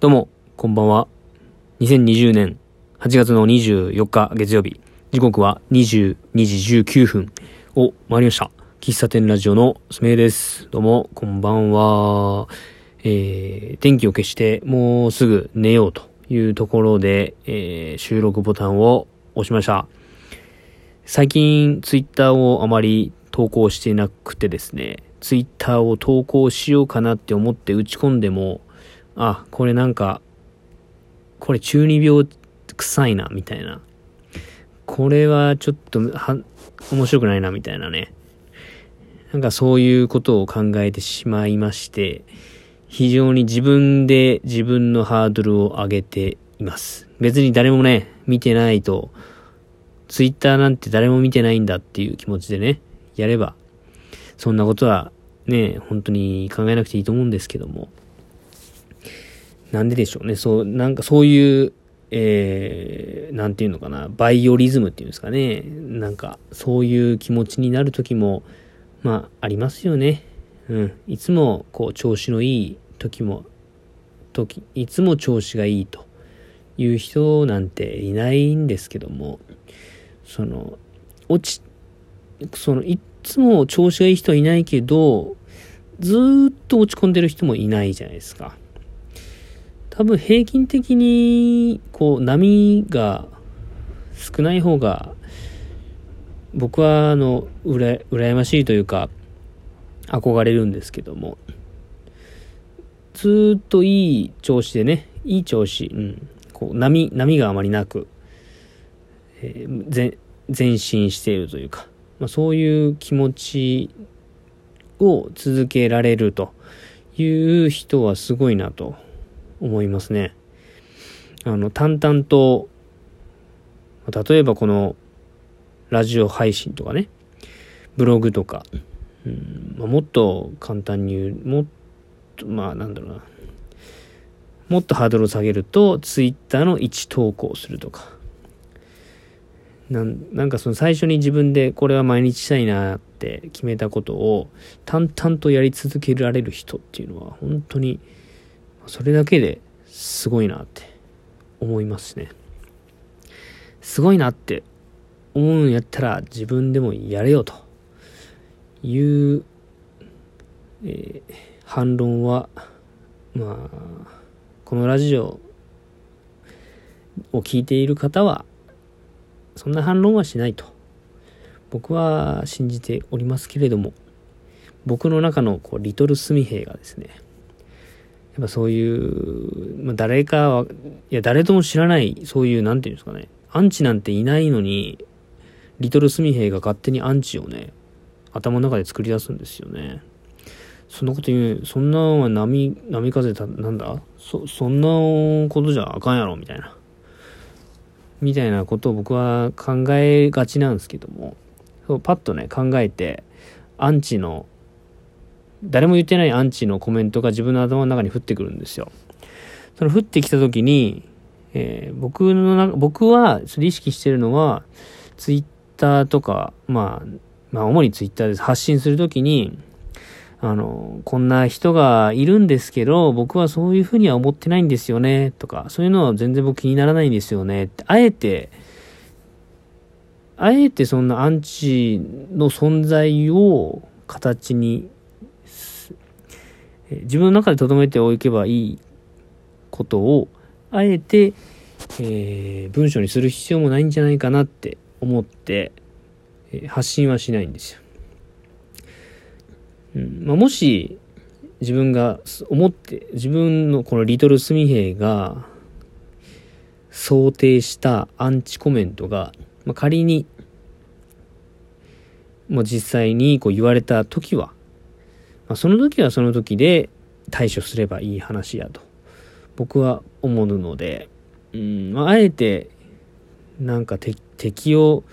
どうも、こんばんは。2020年8月の24日月曜日、時刻は22時19分を回りました。喫茶店ラジオのすめです。どうも、こんばんは。電気を消してもうすぐ寝ようというところで、収録ボタンを押しました。最近ツイッターをあまり投稿していなくてですね、ツイッターを投稿しようかなって思って打ち込んでも、これ中二病臭いなみたいな、これはちょっと面白くないなみたいなね、そういうことを考えてしまいまして、非常に自分で自分のハードルを上げています。別に誰もね見てないと、ツイッターなんて誰も見てないんだっていう気持ちでねやれば、そんなことはね本当に考えなくていいと思うんですけども、なんででしょうね。そういう、なんていうのかな、バイオリズムっていうんですかね。そういう気持ちになる時も、ありますよね。いつも調子のいいいつも調子がいいという人なんていないんですけども、いつも調子がいい人はいないけど、ずーっと落ち込んでる人もいないじゃないですか。多分平均的に波が少ない方が僕は羨ましいというか憧れるんですけども、ずーっといい調子でね、いい調子、波があまりなく、前進しているというか、そういう気持ちを続けられるという人はすごいなと思いますね。淡々と、例えばこのラジオ配信とかね、ブログとか、もっと簡単に言う、もっとハードルを下げると、ツイッターの1投稿するとか、その最初に自分でこれは毎日したいなって決めたことを淡々とやり続けられる人っていうのは本当にそれだけですごいなって思いますね。すごいなって思うんやったら自分でもやれよという、反論はこのラジオを聞いている方はそんな反論はしないと僕は信じておりますけれども、僕の中のリトルスミヘイがですね、やっぱそういう、誰とも知らない、そういうなんていうんですかね、アンチなんていないのにリトルスミヘイが勝手にアンチをね頭の中で作り出すんですよね。そんなこと言う、そんなのは波風そんなことじゃあかんやろみたいなことを僕は考えがちなんですけども、パッとね考えて、誰も言ってないアンチのコメントが自分の頭の中に降ってくるんですよ。その降ってきた時に、僕はそれ意識してるのは、ツイッターとか主にツイッターで発信する時に、こんな人がいるんですけど、僕はそういうふうには思ってないんですよねとか、そういうのは全然僕気にならないんですよねって、あえてそんなアンチの存在を形に自分の中で留めておけばいいことをあえて、文章にする必要もないんじゃないかなって思って、発信はしないんですよ。もし自分が自分のこのリトルスミヘイが想定したアンチコメントが、仮に実際に言われた時は、その時はその時で対処すればいい話やと僕は思うので、あえて敵を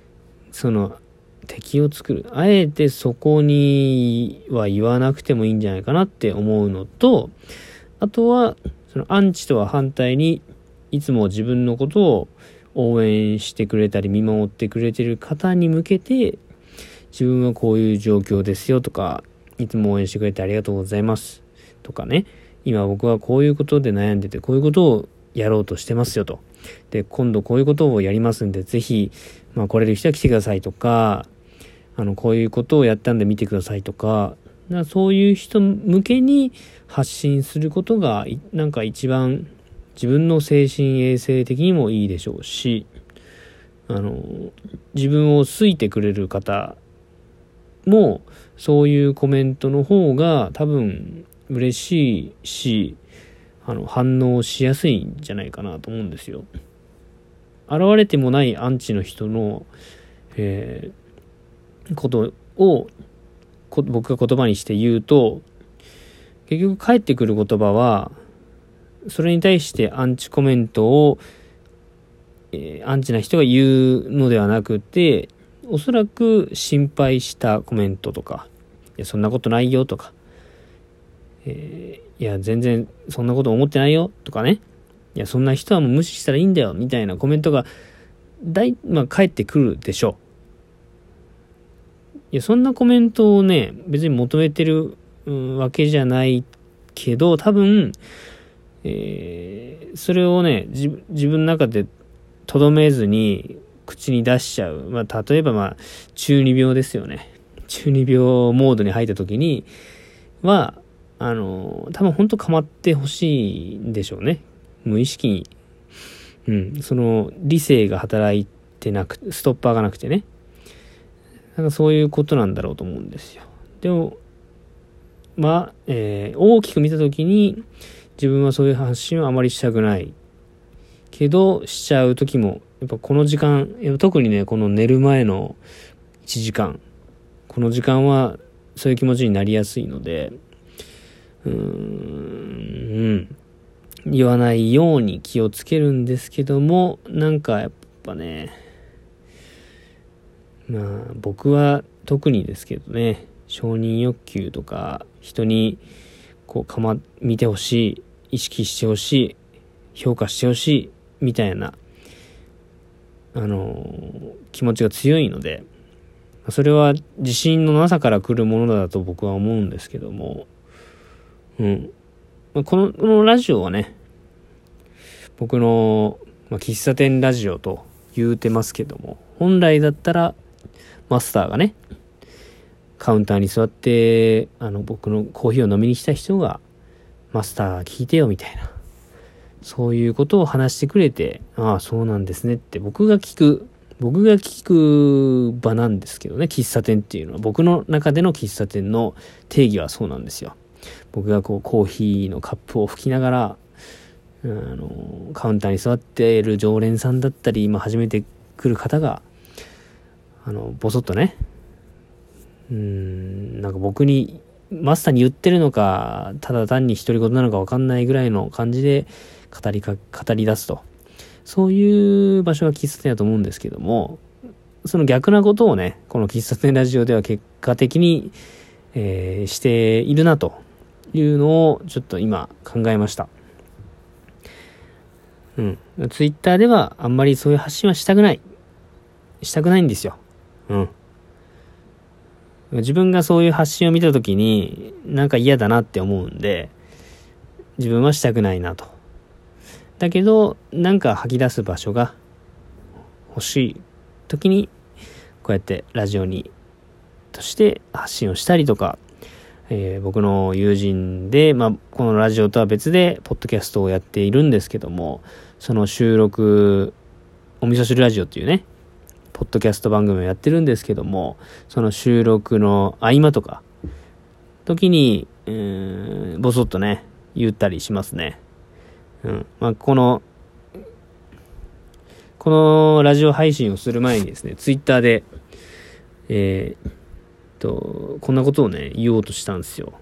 作る、あえてそこには言わなくてもいいんじゃないかなって思うのと、あとはそのアンチとは反対にいつも自分のことを応援してくれたり見守ってくれてる方に向けて、自分はこういう状況ですよとか、いつも応援してくれてありがとうございますとかね、 今僕はこういうことで悩んでて、こういうことをやろうとしてますよと。で、今度こういうことをやりますんで、ぜひ、来れる人は来てくださいとか、こういうことをやったんで見てくださいとか、そういう人向けに発信することが、なんか一番自分の精神衛生的にもいいでしょうし、自分を好いてくれる方も、そういうコメントの方が多分嬉しいし、反応しやすいんじゃないかなと思うんですよ。現れてもないアンチの人の、ことを僕が言葉にして言うと、結局返ってくる言葉は、それに対してアンチコメントを、アンチな人が言うのではなくて、おそらく心配したコメントとか、いやそんなことないよとか、いや全然そんなこと思ってないよとかね、いやそんな人はもう無視したらいいんだよみたいなコメントが返ってくるでしょう。いやそんなコメントをね別に求めてる、わけじゃないけど、多分、それをね自分の中でとどめずに口に出しちゃう。例えば中二病ですよね。中二病モードに入った時には多分本当構ってほしいんでしょうね。無意識に、その理性が働いてなく、ストッパーがなくてね。なんかそういうことなんだろうと思うんですよ。でも大きく見た時に自分はそういう発信はあまりしたくないけどしちゃう時も、やっぱこの時間、特にねこの寝る前の1時間、この時間はそういう気持ちになりやすいので、言わないように気をつけるんですけども、なんかやっぱね、僕は特にですけどね、承認欲求とか人に見てほしい、意識してほしい、評価してほしいみたいな気持ちが強いので、それは自信のなさから来るものだと僕は思うんですけども、このラジオはね、僕の、喫茶店ラジオと言うてますけども、本来だったらマスターがねカウンターに座って僕のコーヒーを飲みに来た人が、マスター聞いてよみたいな、そういうことを話してくれて、ああそうなんですねって僕が聞く場なんですけどね。喫茶店っていうのは、僕の中での喫茶店の定義はそうなんですよ。僕がコーヒーのカップを吹きながらカウンターに座っている常連さんだったり、今初めて来る方がボソッとね、なんか僕にマスターに言ってるのか、ただ単に独り言なのか分かんないぐらいの感じで語り出すと、そういう場所が喫茶店だと思うんですけども、その逆なことをねこの喫茶店ラジオでは結果的に、しているなというのをちょっと今考えました。ツイッターではあんまりそういう発信はしたくないんですよ。自分がそういう発信を見たときになんか嫌だなって思うんで、自分はしたくないなと。だけどなんか吐き出す場所が欲しいときに、こうやってラジオにとして発信をしたりとか、僕の友人で、このラジオとは別でポッドキャストをやっているんですけども、その収録、お味噌汁ラジオっていうねポッドキャスト番組をやってるんですけども、その収録の合間とか時にボソッとね言ったりしますね。このラジオ配信をする前にですね、ツイッターでこんなことをね言おうとしたんですよ。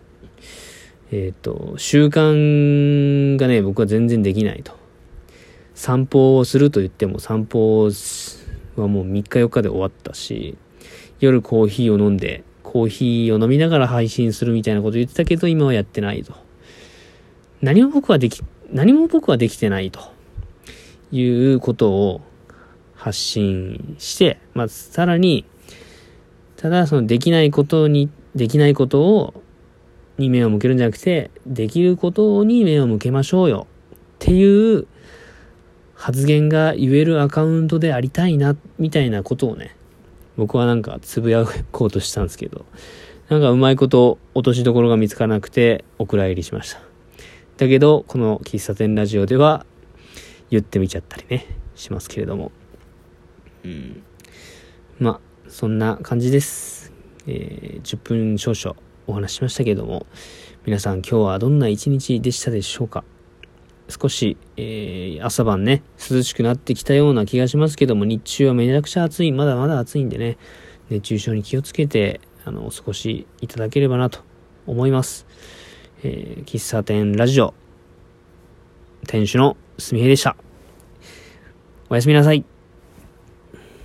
習慣がね僕は全然できないと。散歩をすると言っても散歩はもう3日4日で終わったし、夜コーヒーを飲んでコーヒーを飲みながら配信するみたいなこと言ってたけど、今はやってないと。何も僕はできてないということを発信して、さらにただそのできないことをに目を向けるんじゃなくて、できることに目を向けましょうよっていう発言が言えるアカウントでありたいなみたいなことをね、僕はなんかつぶやこうとしたんですけど、なんかうまいこと落としどころが見つからなくてお蔵入りしました。だけどこの喫茶店ラジオでは言ってみちゃったりねしますけれども、まあそんな感じです。10分少々お話ししましたけれども、皆さん今日はどんな一日でしたでしょうか。少し、朝晩ね涼しくなってきたような気がしますけども、日中はめちゃくちゃ暑い、まだまだ暑いんでね、熱中症に気をつけてお過ごしいただければなと思います。喫茶店ラジオ店主のすみへでした。おやすみなさい。